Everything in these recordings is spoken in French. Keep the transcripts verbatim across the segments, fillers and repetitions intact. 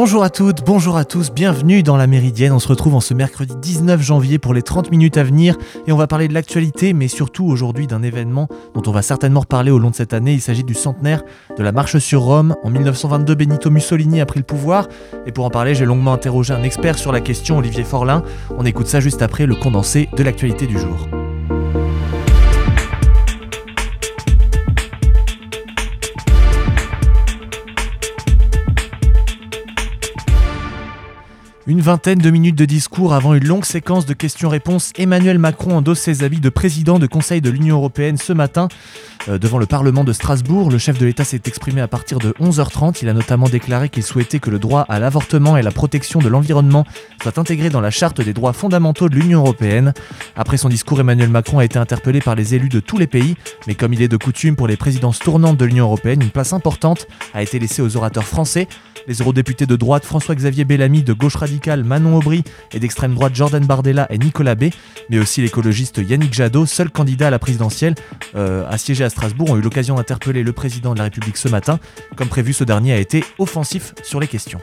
Bonjour à toutes, bonjour à tous, bienvenue dans la Méridienne. On se retrouve en ce mercredi dix-neuf janvier pour les trente minutes à venir et on va parler de l'actualité, mais surtout aujourd'hui d'un événement dont on va certainement reparler au long de cette année. Il s'agit du centenaire de la marche sur Rome. En mille neuf cent vingt-deux, Benito Mussolini a pris le pouvoir et pour en parler, j'ai longuement interrogé un expert sur la question, Olivier Forlin. On écoute ça juste après le condensé de l'actualité du jour. Une vingtaine de minutes de discours avant une longue séquence de questions-réponses, Emmanuel Macron endosse ses habits de président de Conseil de l'Union Européenne ce matin. Euh, devant le Parlement de Strasbourg, le chef de l'État s'est exprimé à partir de onze heures trente. Il a notamment déclaré qu'il souhaitait que le droit à l'avortement et la protection de l'environnement soient intégrés dans la charte des droits fondamentaux de l'Union Européenne. Après son discours, Emmanuel Macron a été interpellé par les élus de tous les pays, mais comme il est de coutume pour les présidences tournantes de l'Union Européenne, une place importante a été laissée aux orateurs français. Les eurodéputés de droite François-Xavier Bellamy, de gauche radicale Manon Aubry et d'extrême droite Jordan Bardella et Nicolas Bay, mais aussi l'écologiste Yannick Jadot, seul candidat à la présidentielle euh, à siéger à Strasbourg, ont eu l'occasion d'interpeller le président de la République ce matin. Comme prévu, ce dernier a été offensif sur les questions.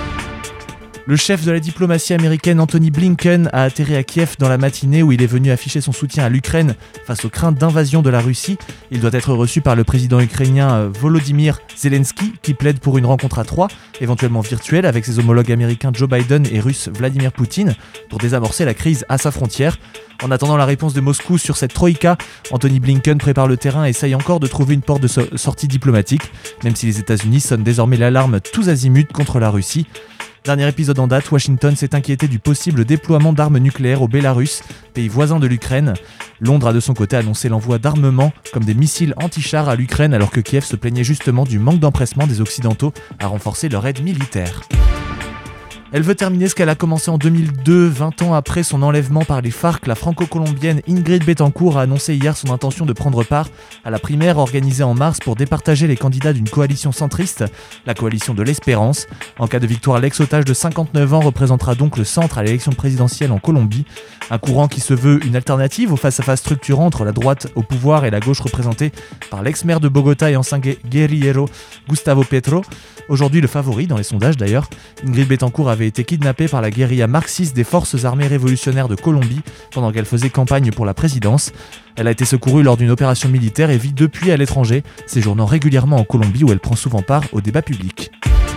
Le chef de la diplomatie américaine Antony Blinken a atterri à Kiev dans la matinée où il est venu afficher son soutien à l'Ukraine face aux craintes d'invasion de la Russie. Il doit être reçu par le président ukrainien Volodymyr Zelensky qui plaide pour une rencontre à trois, éventuellement virtuelle, avec ses homologues américains Joe Biden et russe Vladimir Poutine pour désamorcer la crise à sa frontière. En attendant la réponse de Moscou sur cette troïka, Antony Blinken prépare le terrain et essaye encore de trouver une porte de so- sortie diplomatique, même si les États-Unis sonnent désormais l'alarme tous azimuts contre la Russie. Dernier épisode en date, Washington s'est inquiété du possible déploiement d'armes nucléaires au Bélarus, pays voisin de l'Ukraine. Londres a de son côté annoncé l'envoi d'armements comme des missiles anti-chars à l'Ukraine alors que Kiev se plaignait justement du manque d'empressement des Occidentaux à renforcer leur aide militaire. Elle veut terminer ce qu'elle a commencé en deux mille deux, vingt ans après son enlèvement par les FARC. La franco-colombienne Ingrid Betancourt a annoncé hier son intention de prendre part à la primaire organisée en mars pour départager les candidats d'une coalition centriste, la coalition de l'Espérance. En cas de victoire, l'ex-otage de cinquante-neuf ans représentera donc le centre à l'élection présidentielle en Colombie. Un courant qui se veut une alternative au face-à-face structurant entre la droite au pouvoir et la gauche représentée par l'ex-maire de Bogota et ancien guerrillero Gustavo Petro. Aujourd'hui le favori dans les sondages d'ailleurs. Ingrid Betancourt avait été kidnappée par la guérilla marxiste des forces armées révolutionnaires de Colombie pendant qu'elle faisait campagne pour la présidence. Elle a été secourue lors d'une opération militaire et vit depuis à l'étranger, séjournant régulièrement en Colombie où elle prend souvent part au débat public.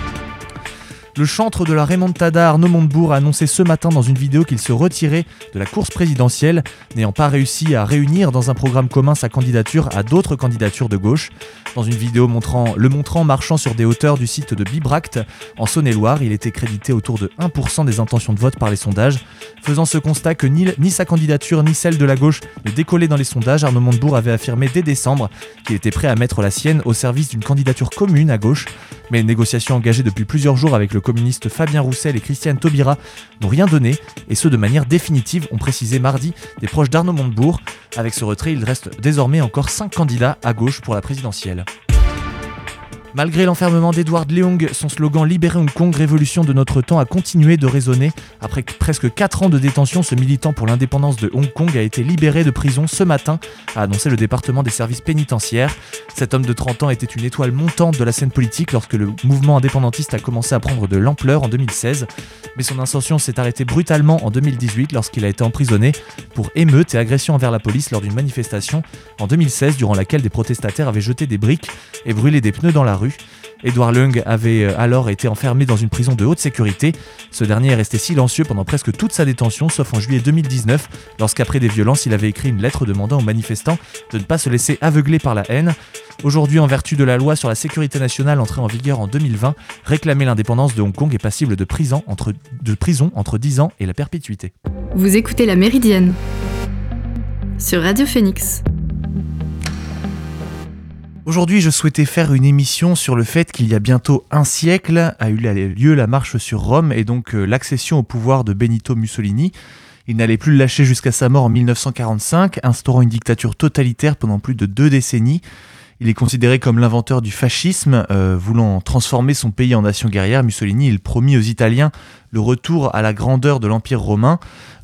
Le chantre de la remontada Arnaud Montebourg a annoncé ce matin dans une vidéo qu'il se retirait de la course présidentielle, n'ayant pas réussi à réunir dans un programme commun sa candidature à d'autres candidatures de gauche. Dans une vidéo montrant, le montrant marchant sur des hauteurs du site de Bibracte, en Saône-et-Loire, il était crédité autour de un pour cent des intentions de vote par les sondages. Faisant ce constat que ni, ni sa candidature ni celle de la gauche ne décollaient dans les sondages, Arnaud Montebourg avait affirmé dès décembre qu'il était prêt à mettre la sienne au service d'une candidature commune à gauche. Mais les négociations engagées depuis plusieurs jours avec le communiste Fabien Roussel et Christiane Taubira n'ont rien donné, et ce de manière définitive, ont précisé mardi des proches d'Arnaud Montebourg. Avec ce retrait, il reste désormais encore cinq candidats à gauche pour la présidentielle. Malgré l'enfermement d'Edward Leung, son slogan « Libérer Hong Kong, révolution de notre temps » a continué de résonner. Après presque quatre ans de détention, ce militant pour l'indépendance de Hong Kong a été libéré de prison ce matin, a annoncé le département des services pénitentiaires. Cet homme de trente ans était une étoile montante de la scène politique lorsque le mouvement indépendantiste a commencé à prendre de l'ampleur en deux mille seize. Mais son ascension s'est arrêtée brutalement en deux mille dix-huit lorsqu'il a été emprisonné pour émeute et agression envers la police lors d'une manifestation en deux mille seize durant laquelle des protestataires avaient jeté des briques et brûlé des pneus dans la rue. Edward Leung avait alors été enfermé dans une prison de haute sécurité. Ce dernier est resté silencieux pendant presque toute sa détention, sauf en juillet deux mille dix-neuf, lorsqu'après des violences, il avait écrit une lettre demandant aux manifestants de ne pas se laisser aveugler par la haine. Aujourd'hui, en vertu de la loi sur la sécurité nationale entrée en vigueur en deux mille vingt, réclamer l'indépendance de Hong Kong est passible de prison entre, de prison entre dix ans et la perpétuité. Vous écoutez La Méridienne sur Radio Phoenix. Aujourd'hui, je souhaitais faire une émission sur le fait qu'il y a bientôt un siècle a eu lieu la marche sur Rome et donc euh, l'accession au pouvoir de Benito Mussolini. Il n'allait plus le lâcher jusqu'à sa mort en mille neuf cent quarante-cinq, instaurant une dictature totalitaire pendant plus de deux décennies. Il est considéré comme l'inventeur du fascisme, euh, voulant transformer son pays en nation guerrière. Mussolini, il promit aux Italiens le retour à la grandeur de l'Empire romain.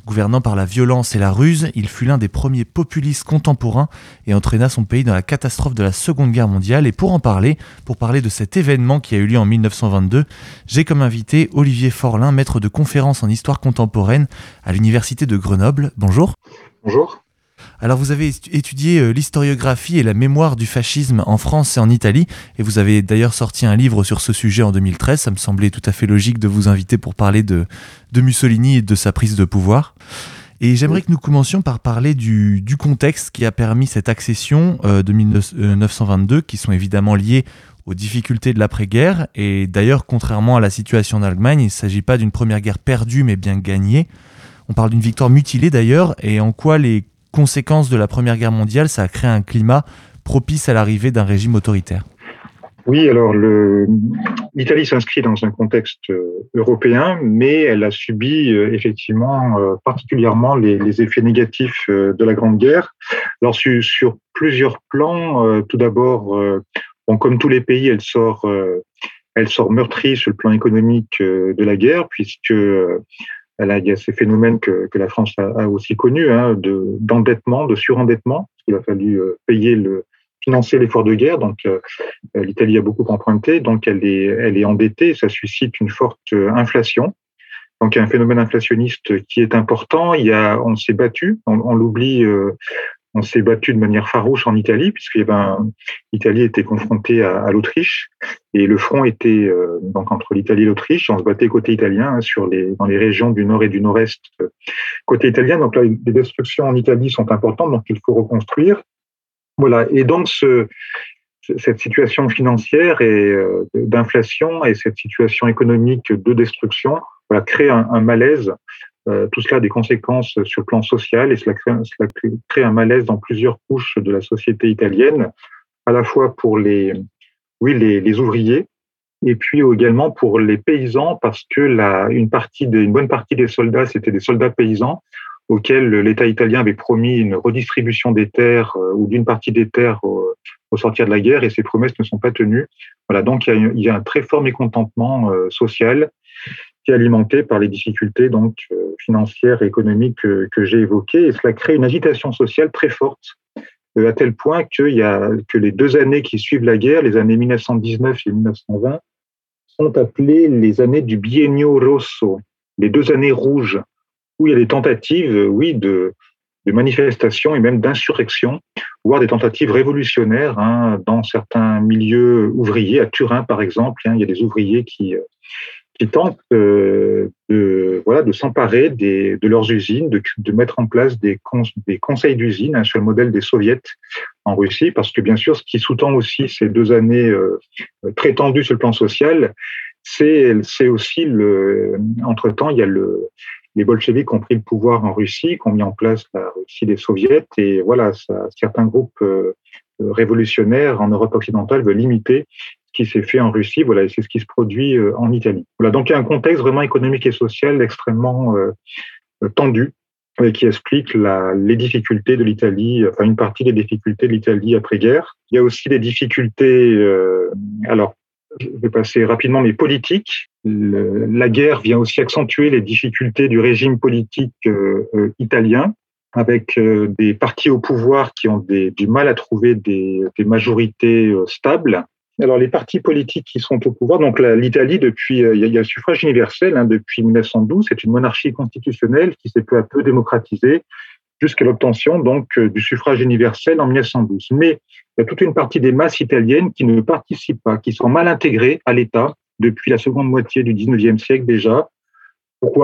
Gouvernant par la violence et la ruse, il fut l'un des premiers populistes contemporains et entraîna son pays dans la catastrophe de la Seconde Guerre mondiale. Et pour en parler, pour parler de cet événement qui a eu lieu en mille neuf cent vingt-deux, j'ai comme invité Olivier Forlin, maître de conférences en histoire contemporaine à l'Université de Grenoble. Bonjour. Bonjour. Alors vous avez étudié l'historiographie et la mémoire du fascisme en France et en Italie, et vous avez d'ailleurs sorti un livre sur ce sujet en deux mille treize. Ça me semblait tout à fait logique de vous inviter pour parler de, de Mussolini et de sa prise de pouvoir. Et j'aimerais que nous commencions par parler du, du contexte qui a permis cette accession euh, de mille neuf cent vingt-deux, qui sont évidemment liées aux difficultés de l'après-guerre. Et d'ailleurs, contrairement à la situation en Allemagne, il ne s'agit pas d'une première guerre perdue, mais bien gagnée. On parle d'une victoire mutilée d'ailleurs, et en quoi les conséquences de la Première Guerre mondiale, ça a créé un climat propice à l'arrivée d'un régime autoritaire. Oui, alors le, l'Italie s'inscrit dans un contexte européen, mais elle a subi euh, effectivement euh, particulièrement les, les effets négatifs euh, de la Grande Guerre. Alors sur, sur plusieurs plans, euh, tout d'abord, euh, bon, comme tous les pays, elle sort, euh, elle sort meurtrie sur le plan économique euh, de la guerre, puisque euh, il y a ces phénomènes que, que la France a, a aussi connus, hein, de, d'endettement, de surendettement, parce qu'il a fallu payer le, financer l'effort de guerre. Donc, euh, l'Italie a beaucoup emprunté, donc elle est, elle est endettée. Ça suscite une forte inflation. Donc, il y a un phénomène inflationniste qui est important. Il y a, on s'est battu, on, on l'oublie. Euh, On s'est battu de manière farouche en Italie, puisque ben, l'Italie était confrontée à, à l'Autriche, et le front était euh, donc entre l'Italie et l'Autriche. On se battait côté italien, hein, sur les, dans les régions du nord et du nord-est euh, côté italien. Donc là, les destructions en Italie sont importantes, donc il faut reconstruire. Voilà. Et donc ce, cette situation financière et euh, d'inflation et cette situation économique de destruction, voilà, crée un, un malaise. Euh, tout cela a des conséquences sur le plan social, et cela crée, cela crée un malaise dans plusieurs couches de la société italienne, à la fois pour les, oui, les, les ouvriers, et puis également pour les paysans, parce que la, une, partie de, une bonne partie des soldats, c'était des soldats paysans auxquels l'État italien avait promis une redistribution des terres euh, ou d'une partie des terres au, au sortir de la guerre, et ces promesses ne sont pas tenues. Voilà, donc il y a, il y a un très fort mécontentement euh, social, qui est alimenté par les difficultés donc euh, financières et économiques que, que j'ai évoquées, et cela crée une agitation sociale très forte, euh, à tel point qu'il y a, que les deux années qui suivent la guerre, les années mille neuf cent dix-neuf et mille neuf cent vingt, sont appelées les années du Biennio Rosso, les deux années rouges, où il y a des tentatives, euh, oui, de, de manifestations et même d'insurrections, voire des tentatives révolutionnaires, hein, dans certains milieux ouvriers. À Turin, par exemple, hein, il y a des ouvriers qui... Euh, qui tentent euh, de, voilà, de s'emparer des, de leurs usines, de, de mettre en place des, cons, des conseils d'usine, hein, sur le modèle des soviets en Russie, parce que bien sûr, ce qui sous-tend aussi ces deux années euh, très tendues sur le plan social, c'est, c'est aussi, le, entre-temps, il y a le, les bolcheviks qui ont pris le pouvoir en Russie, qui ont mis en place la Russie des soviets, et voilà, ça, certains groupes euh, révolutionnaires en Europe occidentale veulent limiter qui s'est fait en Russie, voilà, et c'est ce qui se produit euh, en Italie. Voilà, donc il y a un contexte vraiment économique et social extrêmement euh, tendu, et qui explique la, les difficultés de l'Italie, enfin une partie des difficultés de l'Italie après-guerre. Il y a aussi des difficultés, euh, alors je vais passer rapidement, mais politiques. Le, la guerre vient aussi accentuer les difficultés du régime politique euh, euh, italien, avec euh, des partis au pouvoir qui ont des, du mal à trouver des, des majorités euh, stables. Alors, les partis politiques qui sont au pouvoir, donc la, l'Italie, depuis, euh, il y a le suffrage universel, hein, depuis mille neuf cent douze, c'est une monarchie constitutionnelle qui s'est peu à peu démocratisée jusqu'à l'obtention donc euh, du suffrage universel en mille neuf cent douze. Mais il y a toute une partie des masses italiennes qui ne participent pas, qui sont mal intégrées à l'État depuis la seconde moitié du dix-neuvième siècle déjà. Pourquoi ?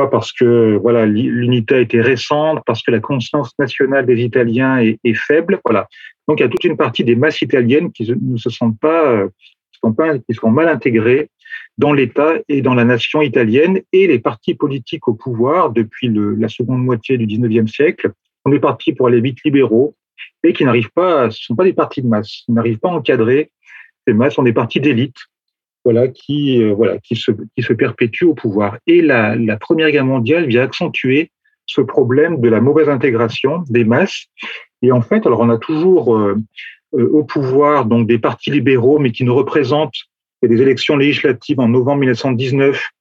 Parce que voilà, l'unité a été récente, parce que la conscience nationale des Italiens est, est faible. Voilà. Donc il y a toute une partie des masses italiennes qui ne se sentent pas, qui sont pas, qui sont mal intégrées dans l'État et dans la nation italienne. Et les partis politiques au pouvoir depuis le, la seconde moitié du dix-neuvième siècle sont des partis pour aller vite libéraux et qui n'arrivent pas, ce ne sont pas des partis de masse, ils n'arrivent pas à encadrer ces masses, sont des partis d'élite. Voilà, qui, euh, voilà, qui, se, qui se perpétue au pouvoir. Et la, la Première Guerre mondiale vient accentuer ce problème de la mauvaise intégration des masses. Et en fait, alors on a toujours euh, euh, au pouvoir donc des partis libéraux, mais qui ne représentent que des élections législatives en novembre mille neuf cent dix-neuf,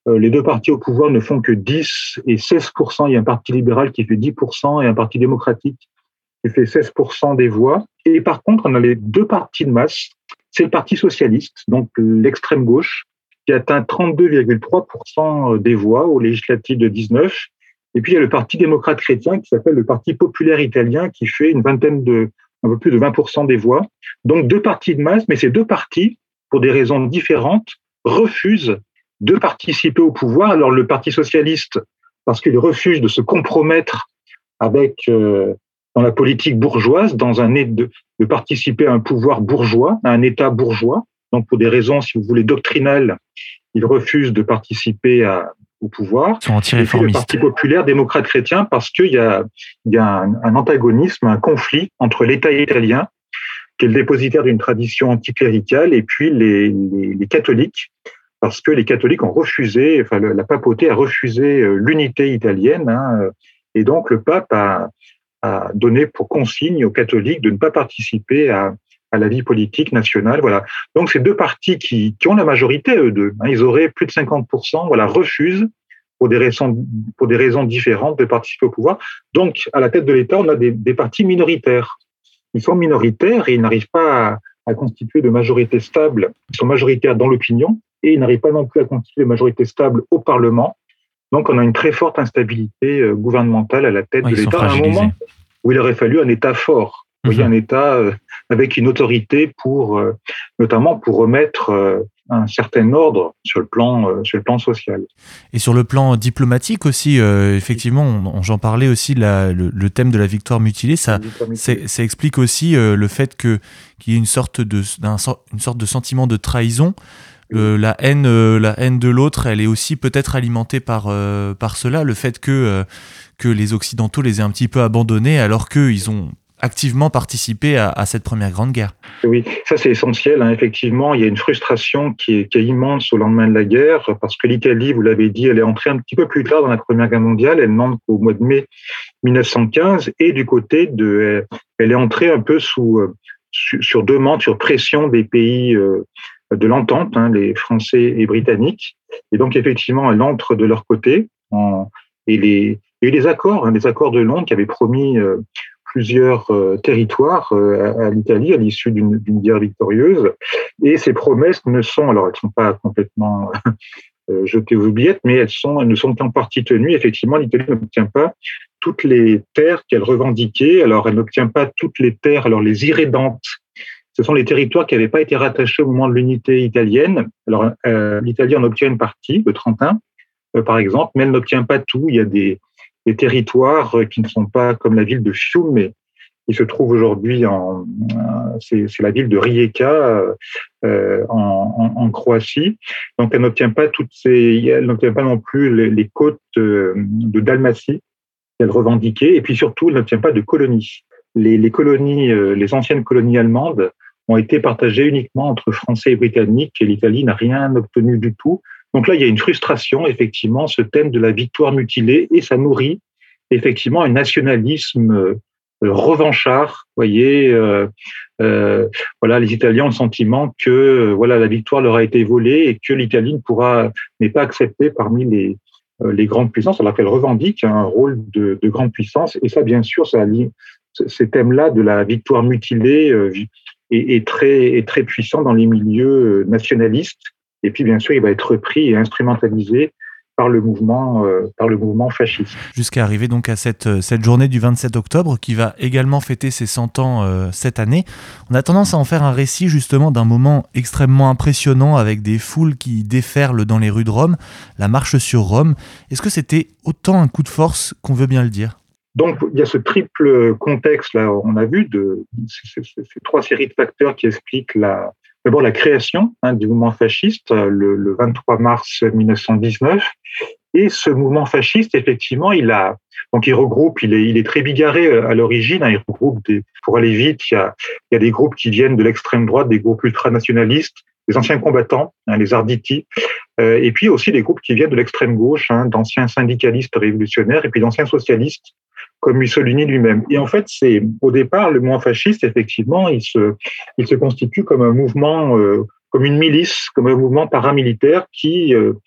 euh, les deux partis au pouvoir ne font que dix et seize pour cent. Il y a un parti libéral qui fait dix pour cent et un parti démocratique qui fait seize pour cent des voix. Et par contre, on a les deux partis de masse. C'est le Parti socialiste, donc l'extrême gauche, qui atteint trente-deux virgule trois pour cent des voix aux législatives de dix-neuf. Et puis, il y a le Parti démocrate chrétien qui s'appelle le Parti populaire italien qui fait une vingtaine de, un peu plus de vingt pour cent des voix. Donc, deux partis de masse, mais ces deux partis, pour des raisons différentes, refusent de participer au pouvoir. Alors, le Parti socialiste, parce qu'il refuse de se compromettre avec, euh, dans la politique bourgeoise, dans un, de, de participer à un pouvoir bourgeois, à un État bourgeois. Donc, pour des raisons, si vous voulez, doctrinales, il refuse de participer à, au pouvoir. Ils sont anti-réformistes. Et puis le Parti populaire démocrate chrétien, parce qu'il y a, il y a un, un antagonisme, un conflit entre l'État italien, qui est le dépositaire d'une tradition anticléricale, et puis les, les, les catholiques, parce que les catholiques ont refusé, enfin le, la papauté a refusé l'unité italienne, hein, et donc le pape a, a donné pour consigne aux catholiques de ne pas participer à à la vie politique nationale, voilà. Donc, ces deux partis qui, qui ont la majorité, eux deux, hein, ils auraient plus de cinquante pour cent, voilà, refusent, pour des raisons, pour des raisons différentes, de participer au pouvoir. Donc, à la tête de l'État, on a des, des partis minoritaires. Ils sont minoritaires et ils n'arrivent pas à, à constituer de majorité stable. Ils sont majoritaires dans l'opinion et ils n'arrivent pas non plus à constituer de majorité stable au Parlement. Donc, on a une très forte instabilité gouvernementale à la tête ouais, de l'État, à un moment où il aurait fallu un État fort. Vous voyez, un État euh, avec une autorité pour, euh, notamment pour remettre euh, un certain ordre sur le plan, euh, sur le plan social. Et sur le plan diplomatique aussi, euh, effectivement, on, j'en parlais aussi, la, le, le thème de la victoire mutilée, ça, c'est, ça explique aussi euh, le fait que, qu'il y ait une sorte de, d'un, une sorte de sentiment de trahison. Euh, la haine, euh, la haine de l'autre, elle est aussi peut-être alimentée par, euh, par cela, le fait que, euh, que les Occidentaux les aient un petit peu abandonnés alors qu'ils ont activement participé à, à cette première grande guerre. Oui, ça c'est essentiel. Hein. Effectivement, il y a une frustration qui est, qui est immense au lendemain de la guerre, parce que l'Italie, vous l'avez dit, elle est entrée un petit peu plus tard dans la Première Guerre mondiale. Elle n'entre qu'au mois de mai mille neuf cent quinze, et du côté de, elle est entrée un peu sous sur demande, sur pression des pays de l'entente, hein, les Français et Britanniques. Et donc effectivement, elle entre de leur côté. En, et les, il y a eu des accords, hein, des accords de Londres qui avaient promis euh, plusieurs euh, territoires euh, à, à l'Italie à l'issue d'une, d'une guerre victorieuse, et ces promesses ne sont, alors elles ne sont pas complètement euh, jetées aux oubliettes, mais elles, sont, elles ne sont qu'en partie tenues. Effectivement, l'Italie n'obtient pas toutes les terres qu'elle revendiquait. Alors, elle n'obtient pas toutes les terres, alors les irrédentes, ce sont les territoires qui n'avaient pas été rattachés au moment de l'unité italienne. Alors, euh, l'Italie en obtient une partie, le Trentin, euh, par exemple, mais elle n'obtient pas tout. Il y a des des territoires qui ne sont pas comme la ville de Fiume, mais qui se trouve aujourd'hui en, c'est, c'est la ville de Rijeka euh, en, en, en Croatie. Donc, elle n'obtient pas toutes ces, elle n'obtient pas non plus les, les côtes de Dalmatie qu'elle revendiquait, et puis surtout, elle n'obtient pas de colonies. Les, les colonies, les anciennes colonies allemandes ont été partagées uniquement entre Français et Britanniques, et l'Italie n'a rien obtenu du tout. Donc là, il y a une frustration, effectivement, ce thème de la victoire mutilée, et ça nourrit effectivement un nationalisme euh, revanchard. Vous voyez, euh, euh, voilà, les Italiens ont le sentiment que euh, voilà, la victoire leur a été volée et que l'Italie ne pourra, n'est pas acceptée parmi les, euh, les grandes puissances, alors qu'elle revendique un rôle de, de grande puissance. Et ça, bien sûr, ça, ces thèmes-là de la victoire mutilée euh, est, est, très, est très puissant dans les milieux nationalistes. Et puis, bien sûr, il va être repris et instrumentalisé par le mouvement, euh, par le mouvement fasciste. Jusqu'à arriver donc à cette, cette journée du vingt-sept octobre, qui va également fêter ses cent ans euh, cette année. On a tendance à en faire un récit, justement, d'un moment extrêmement impressionnant, avec des foules qui déferlent dans les rues de Rome, la marche sur Rome. Est-ce que c'était autant un coup de force qu'on veut bien le dire ? Donc, il y a ce triple contexte, là, on a vu, de ces, ces, ces trois séries de facteurs qui expliquent la... D'abord, la création hein, du mouvement fasciste le, le vingt-trois mars mille neuf cent dix-neuf. Et ce mouvement fasciste, effectivement, il a, donc il regroupe, il est, il est très bigarré à l'origine. Hein, il regroupe des, pour aller vite, il y a, il y a des groupes qui viennent de l'extrême droite, des groupes ultranationalistes, des anciens combattants, hein, les Arditi, euh, et puis aussi des groupes qui viennent de l'extrême gauche, hein, d'anciens syndicalistes révolutionnaires, et puis d'anciens socialistes, comme Mussolini lui-même. Et en fait, c'est au départ le mouvement fasciste, effectivement, il se, il se constitue comme un mouvement, euh, comme une milice, comme un mouvement paramilitaire qui, euh, qui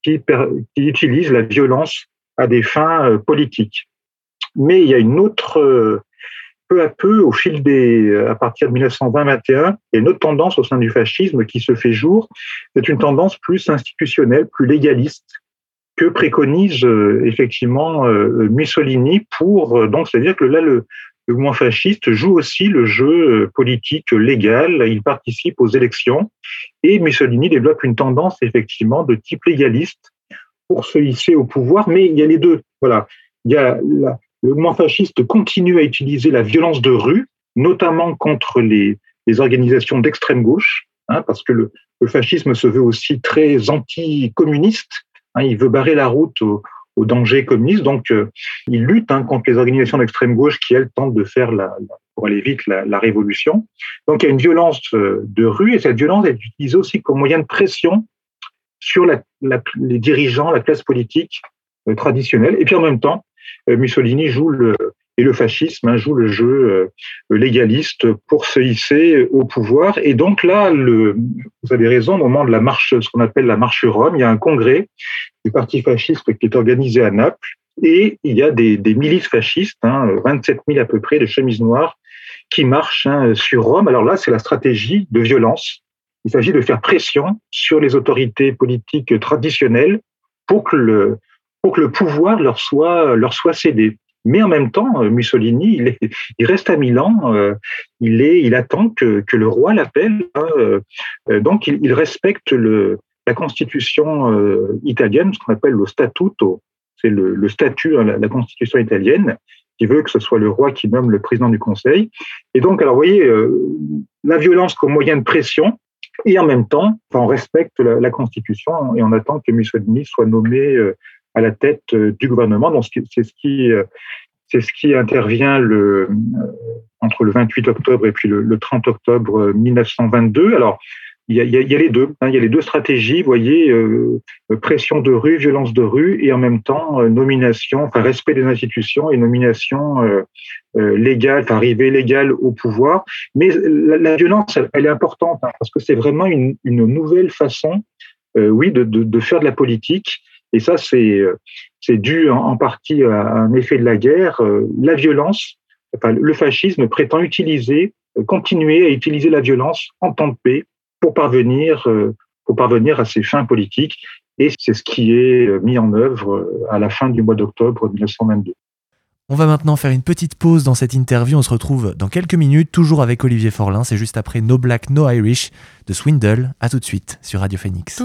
qui, qui utilisent la violence à des fins euh, politiques. Mais il y a une autre, euh, peu à peu, au fil des, à partir de dix-neuf cent vingt vingt et un, il y a une autre tendance au sein du fascisme qui se fait jour. C'est une tendance plus institutionnelle, plus légaliste, que préconise euh, effectivement euh, Mussolini pour, euh, donc c'est-à-dire que là, le, le mouvement fasciste joue aussi le jeu politique légal, il participe aux élections, et Mussolini développe une tendance effectivement de type légaliste pour se hisser au pouvoir, mais il y a les deux. Voilà, il y a la, le mouvement fasciste continue à utiliser la violence de rue, notamment contre les, les organisations d'extrême gauche, hein, parce que le, le fascisme se veut aussi très anti-communiste. Hein, il veut barrer la route au, au danger communiste, donc euh, il lutte hein, contre les organisations d'extrême gauche qui elles tentent de faire la, la, pour aller vite la, la révolution. Donc il y a une violence euh, de rue, et cette violence est utilisée aussi comme moyen de pression sur la, la, les dirigeants, la classe politique euh, traditionnelle. Et puis en même temps, euh, Mussolini joue le, et le fascisme hein, joue le jeu euh, légaliste pour se hisser au pouvoir. Et donc là, le, vous avez raison, au moment de la marche, ce qu'on appelle la marche Rome, il y a un congrès du parti fasciste qui est organisé à Naples, et il y a des, des milices fascistes, hein, vingt-sept mille à peu près de chemises noires, qui marchent hein, sur Rome. Alors là, c'est la stratégie de violence. Il s'agit de faire pression sur les autorités politiques traditionnelles pour que le, pour que le pouvoir leur soit, leur soit cédé. Mais en même temps, Mussolini, il, est, il reste à Milan, euh, il, est, il attend que, que le roi l'appelle. Hein, euh, donc, il, il respecte le, la constitution euh, italienne, ce qu'on appelle le statuto, c'est le, le statut, hein, la, la constitution italienne, qui veut que ce soit le roi qui nomme le président du Conseil. Et donc, alors, vous voyez, euh, la violence comme moyen de pression, et en même temps, enfin, on respecte la, la Constitution et on attend que Mussolini soit nommé euh, à la tête euh, du gouvernement. Donc, c'est ce qui, euh, c'est ce qui intervient le, euh, entre le vingt-huit octobre et puis le, le trente octobre mille neuf cent vingt-deux. Alors, il y a, il y a, il y a les deux. Hein, il y a les deux stratégies, vous voyez, euh, pression de rue, violence de rue, et en même temps euh, nomination, enfin respect des institutions et nomination euh, euh, légale, enfin arrivée légale au pouvoir. Mais la, la violence, elle, elle est importante hein, parce que c'est vraiment une, une nouvelle façon, euh, oui, de, de, de faire de la politique. Et ça, c'est c'est dû en, en partie à un effet de la guerre. Euh, la violence, enfin le fascisme prétend utiliser, euh, continuer à utiliser la violence en temps de paix pour parvenir, euh, pour parvenir à ses fins politiques. Et c'est ce qui est mis en œuvre à la fin du mois d'octobre mille neuf cent vingt-deux. On va maintenant faire une petite pause dans cette interview. On se retrouve dans quelques minutes, toujours avec Olivier Forlin. C'est juste après No Black, No Irish de Swindle. À tout de suite sur Radio Phoenix.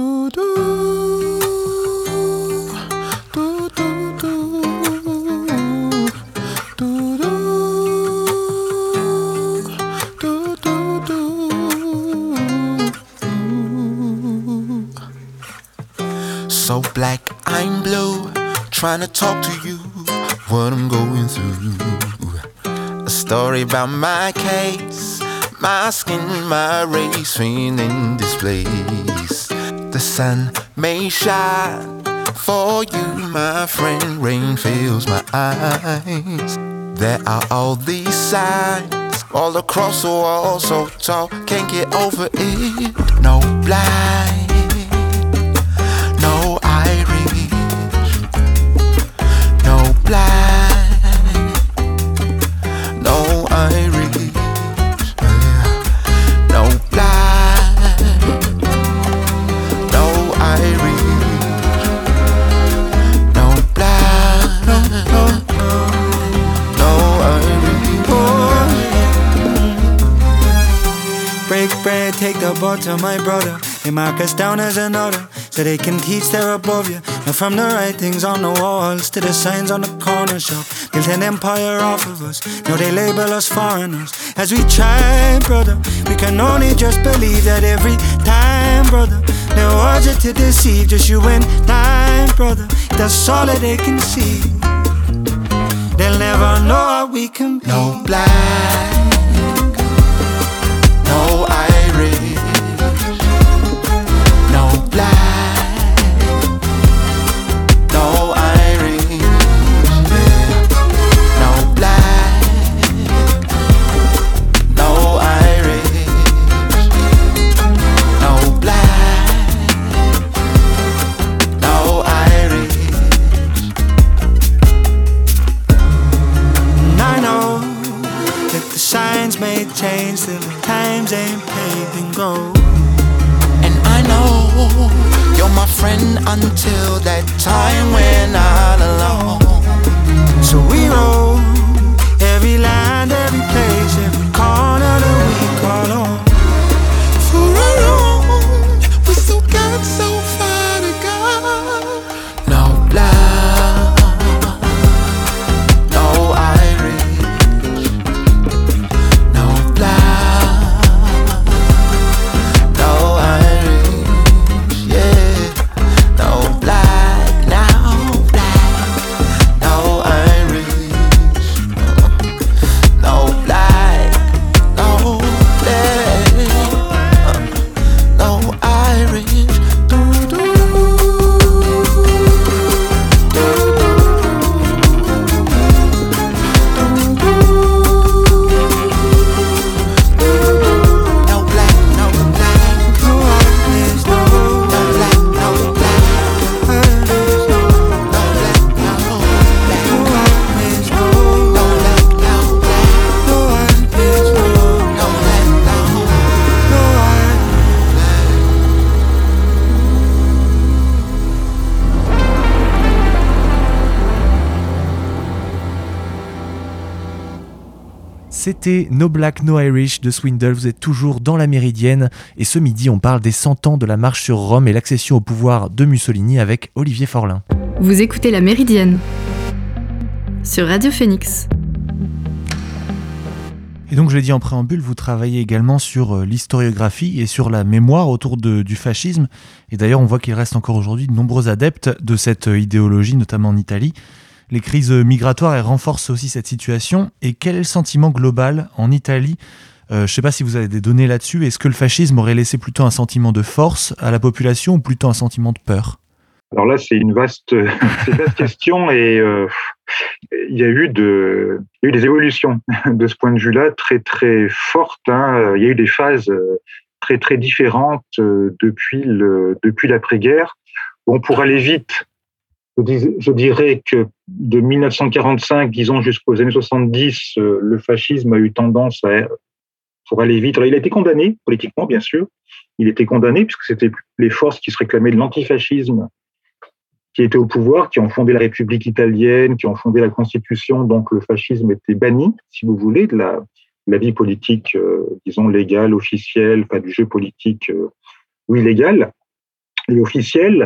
So black, I'm blue, trying to talk to you, what I'm going through. A story about my case, my skin, my race, feeling this place. The sun may shine for you, my friend, rain fills my eyes. There are all these signs all across the wall, so tall, can't get over it. No blind, no Irish, no blind, no Irish, no blind, no Irish, no blind, no, no Irish. Break bread, take the boat to my brother. They mark us down as another, so they can teach they're above you. Now from the writings on the walls to the signs on the corner shop, built an empire off of us. Now they label us foreigners. As we try, brother, we can only just believe that every time, brother. Their words are to deceive, just you and I, brother. That's all that they can see. They'll never know how we can be. No black, no Irish, no black, no Irish, no black, no Irish, no black, no anything goes. And I know you're my friend until that time when I'm alone. So we roll every land, every place, every corner that we call home. For our own, we still got so far to go. No blood, no Irish, no blood, no Irish, yeah, no black, no black, no Irish, no black, no black, no Irish. Do-do. No black, no black, No Irish, no, no black, no black, Irish, no, no black, no black, no Irish, no, no black, no black, no Irish, no, no black, no no Irish. C'était No Black No Irish de Swindle, vous êtes toujours dans la Méridienne et ce midi on parle des cent ans de la marche sur Rome et l'accession au pouvoir de Mussolini avec Olivier Forlin. Vous écoutez La Méridienne sur Radio Phoenix. Et donc je l'ai dit en préambule, vous travaillez également sur euh, l'historiographie et sur la mémoire autour de, du fascisme. Et d'ailleurs on voit qu'il reste encore aujourd'hui de nombreux adeptes de cette euh, idéologie, notamment en Italie. Les crises migratoires elles renforcent aussi cette situation. Et quel est le sentiment global en Italie ? euh, Je ne sais pas si vous avez des données là-dessus. Est-ce que le fascisme aurait laissé plutôt un sentiment de force à la population ou plutôt un sentiment de peur ? Alors là, c'est une vaste, c'est une vaste question et euh, il y a eu de, il y a eu des évolutions de ce point de vue-là très très fortes. Hein. Il y a eu des phases très très différentes depuis le depuis l'après-guerre. Bon, pour aller vite, je, dis, je dirais que de mille neuf cent quarante-cinq, disons jusqu'aux années soixante-dix, le fascisme a eu tendance à, pour aller vite. Alors, il a été condamné politiquement, bien sûr. Il était condamné puisque c'était les forces qui se réclamaient de l'antifascisme qui étaient au pouvoir, qui ont fondé la République italienne, qui ont fondé la Constitution. Donc le fascisme était banni, si vous voulez, de la, de la vie politique, euh, disons, légale, officielle, enfin du jeu politique, euh, oui, légal et officiel.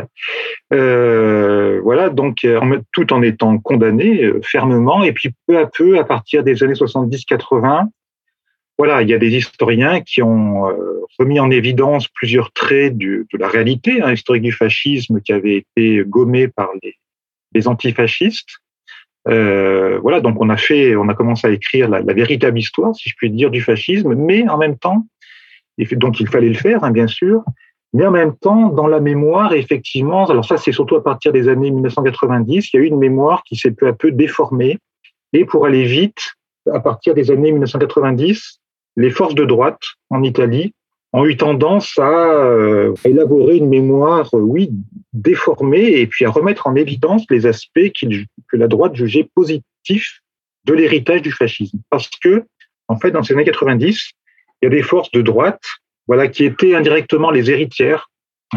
Euh, voilà, donc tout en étant condamné euh, fermement. Et puis peu à peu, à partir des années soixante-dix quatre-vingts, voilà, il y a des historiens qui ont euh, remis en évidence plusieurs traits du, de la réalité hein, historique du fascisme qui avait été gommé par les, les antifascistes. Euh, voilà, donc on a fait, on a commencé à écrire la, la véritable histoire, si je puis dire, du fascisme, mais en même temps, et donc il fallait le faire, hein, bien sûr, mais en même temps, dans la mémoire, effectivement, alors ça c'est surtout à partir des années mille neuf cent quatre-vingt-dix, il y a eu une mémoire qui s'est peu à peu déformée, et pour aller vite, à partir des années mille neuf cent quatre-vingt-dix, les forces de droite en Italie ont eu tendance à, euh, à élaborer une mémoire, euh, oui, déformée et puis à remettre en évidence les aspects qui, que la droite jugeait positifs de l'héritage du fascisme. Parce que, en fait, dans ces années quatre-vingt-dix, il y a des forces de droite, voilà, qui étaient indirectement les héritières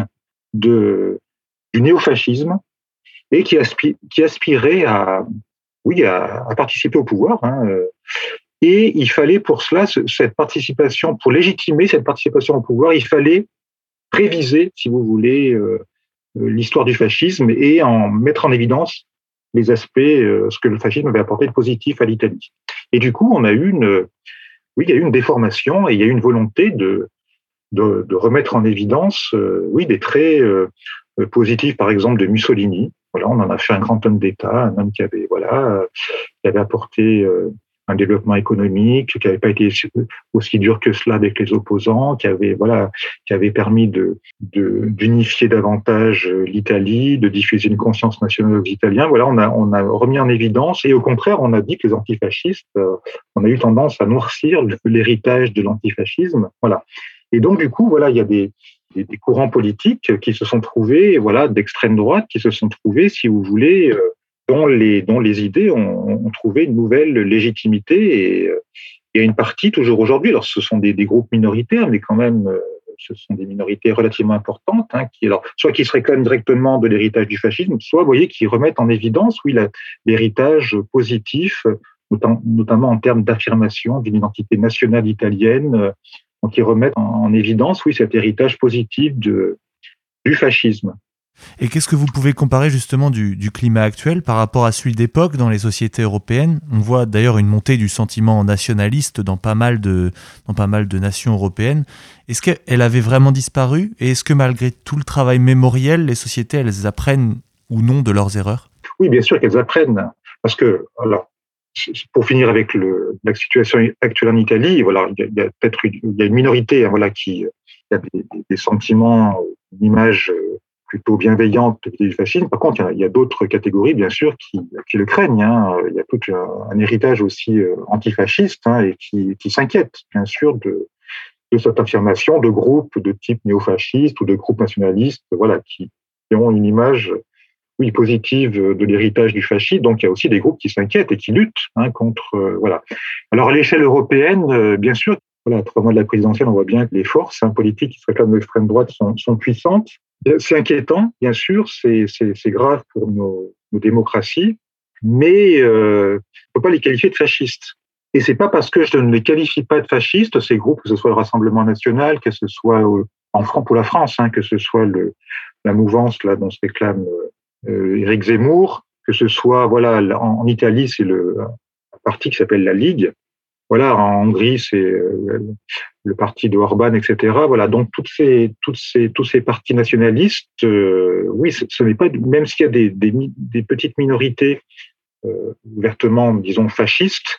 de, du néofascisme et qui, aspi- qui aspiraient à, oui, à, à participer au pouvoir, hein, euh, et il fallait pour cela, cette participation, pour légitimer cette participation au pouvoir, il fallait réviser, si vous voulez, euh, l'histoire du fascisme et en mettre en évidence les aspects, euh, ce que le fascisme avait apporté de positif à l'Italie. Et du coup, on a eu une, oui, il y a eu une déformation et il y a eu une volonté de, de, de remettre en évidence, euh, oui, des traits euh, positifs, par exemple, de Mussolini. Voilà, on en a fait un grand homme d'État, un homme qui avait, voilà, euh, qui avait apporté euh, un développement économique, qui n'avait pas été aussi dur que cela avec les opposants, qui avait, voilà, qui avait permis de, de, d'unifier davantage l'Italie, de diffuser une conscience nationale aux Italiens. Voilà, on a, on a remis en évidence, et au contraire, on a dit que les antifascistes, euh, on a eu tendance à noircir l'héritage de l'antifascisme. Voilà. Et donc, du coup, voilà, il y a des, des, des courants politiques qui se sont trouvés, voilà, d'extrême droite, qui se sont trouvés, si vous voulez, euh, dont les, dont les idées ont, ont trouvé une nouvelle légitimité. Et il y a une partie, toujours aujourd'hui, alors ce sont des, des groupes minoritaires, mais quand même, ce sont des minorités relativement importantes, hein, qui, alors, soit qui se réclament directement de l'héritage du fascisme, soit, vous voyez, qui remettent en évidence, oui, la, l'héritage positif, notamment en termes d'affirmation d'une identité nationale italienne, donc qui remettent en évidence, oui, cet héritage positif de, du fascisme. Et qu'est-ce que vous pouvez comparer justement du, du climat actuel par rapport à celui d'époque dans les sociétés européennes ? On voit d'ailleurs une montée du sentiment nationaliste dans pas mal de, dans pas mal de nations européennes. Est-ce qu'elle avait vraiment disparu ? Et est-ce que malgré tout le travail mémoriel, les sociétés, elles apprennent ou non de leurs erreurs ? Oui, bien sûr qu'elles apprennent. Parce que, alors, pour finir avec le, la situation actuelle en Italie, voilà, il y a, il y a peut-être une, il y a une minorité, hein, voilà, qui il y a des, des sentiments, une image plutôt bienveillante du fascisme. Par contre, il y a, il y a d'autres catégories, bien sûr, qui, qui le craignent. Hein. Il y a tout un, un héritage aussi antifasciste, hein, et qui, qui s'inquiète, bien sûr, de, de cette affirmation de groupes de type néofasciste ou de groupes nationalistes, voilà, qui, qui ont une image, oui, positive de l'héritage du fascisme. Donc, il y a aussi des groupes qui s'inquiètent et qui luttent, hein, contre, euh, voilà. Alors, à l'échelle européenne, euh, bien sûr, voilà, à trois mois de la présidentielle, on voit bien que les forces, hein, politiques qui se réclament de l'extrême droite sont, sont puissantes. C'est inquiétant, bien sûr, c'est, c'est, c'est grave pour nos, nos démocraties, mais euh, on ne peut pas les qualifier de fascistes. Et c'est pas parce que je ne les qualifie pas de fascistes, ces groupes, que ce soit le Rassemblement national, que ce soit euh, en France pour la France, hein, que ce soit le, la mouvance là dont se réclame euh, Éric Zemmour, que ce soit voilà en, en Italie, c'est le un parti qui s'appelle la Ligue. Voilà, en Hongrie, c'est euh, le parti de Orban, et cetera. Voilà, donc toutes ces, toutes ces, tous ces partis nationalistes, euh, oui, ce, ce n'est pas, même s'il y a des, des, des petites minorités euh, ouvertement, disons, fascistes,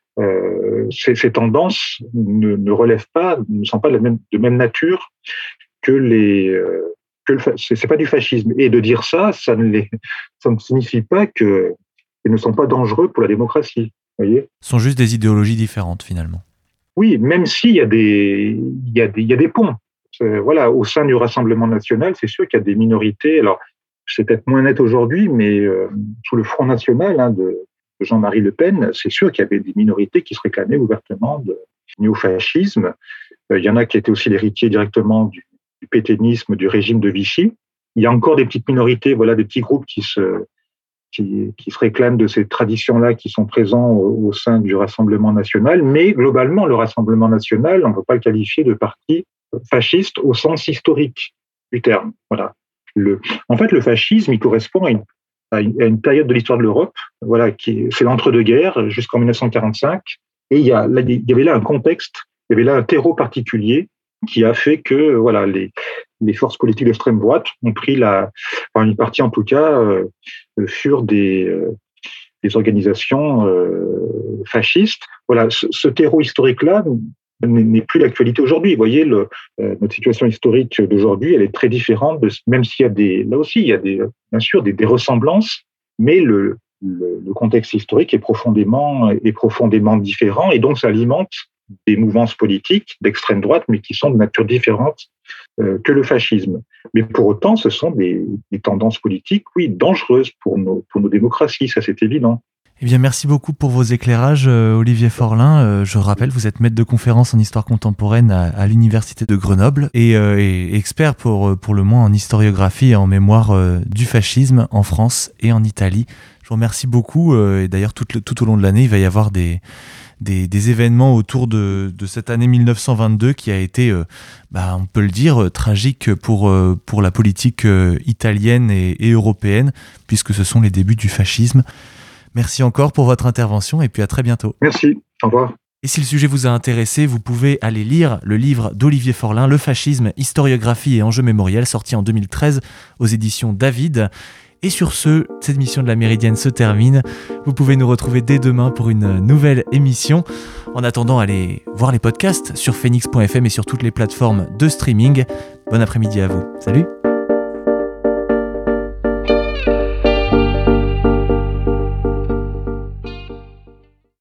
euh, ces, ces tendances ne, ne relèvent pas, ne sont pas de même, de même nature que les, euh, que le, c'est, c'est pas du fascisme. Et de dire ça, ça ne, les, ça ne signifie pas que ils ne sont pas dangereux pour la démocratie. Voyez, ce sont juste des idéologies différentes finalement. Oui, même s'il y a des, il y a des, il y a des ponts. C'est, voilà, au sein du Rassemblement national, c'est sûr qu'il y a des minorités. Alors, c'est peut-être moins net aujourd'hui, mais euh, sous le Front national, hein, de, de Jean-Marie Le Pen, c'est sûr qu'il y avait des minorités qui se réclamaient ouvertement de néofascisme. Euh, il y en a qui étaient aussi l'héritier directement du, du pétainisme, du régime de Vichy. Il y a encore des petites minorités, voilà, des petits groupes qui se Qui, qui se réclament de ces traditions-là qui sont présents au, au sein du Rassemblement national, mais globalement, le Rassemblement national, on ne peut pas le qualifier de parti fasciste au sens historique du terme. Voilà. Le, en fait, le fascisme, il correspond à une, à une, à une période de l'histoire de l'Europe, voilà, qui c'est l'entre-deux-guerres jusqu'en dix-neuf cent quarante-cinq, et il y, a, là, il y avait là un contexte, il y avait là un terreau particulier qui a fait que voilà les les forces politiques d'extrême droite ont pris la, enfin une partie en tout cas, euh, furent des euh, des organisations euh, fascistes. Voilà, ce, ce terreau historique-là n'est, n'est plus l'actualité aujourd'hui. Vous voyez, le, euh, notre situation historique d'aujourd'hui, elle est très différente, de, même s'il y a des, là aussi, il y a des, bien sûr des, des ressemblances, mais le, le le contexte historique est profondément est profondément différent, et donc ça alimente des mouvances politiques d'extrême droite, mais qui sont de nature différente euh, que le fascisme. Mais pour autant, ce sont des, des tendances politiques, oui, dangereuses pour nos, pour nos démocraties, ça c'est évident. Eh bien, merci beaucoup pour vos éclairages, euh, Olivier Forlin. Euh, je rappelle, vous êtes maître de conférence en histoire contemporaine à, à l'Université de Grenoble et, euh, et expert pour, pour le moins en historiographie et en mémoire euh, du fascisme en France et en Italie. Je vous remercie beaucoup. Euh, et d'ailleurs, tout, le, tout au long de l'année, il va y avoir des... Des, des événements autour de, de cette année mille neuf cent vingt-deux qui a été, euh, bah, on peut le dire, euh, tragique pour, euh, pour la politique euh, italienne et, et européenne, puisque ce sont les débuts du fascisme. Merci encore pour votre intervention et puis à très bientôt. Merci, au revoir. Et si le sujet vous a intéressé, vous pouvez aller lire le livre d'Olivier Forlin, Le fascisme, historiographie et enjeux mémoriels, sorti en deux mille treize aux éditions David. Et sur ce, cette émission de la Méridienne se termine. Vous pouvez nous retrouver dès demain pour une nouvelle émission. En attendant, allez voir les podcasts sur phoenix point f m et sur toutes les plateformes de streaming. Bon après-midi à vous. Salut!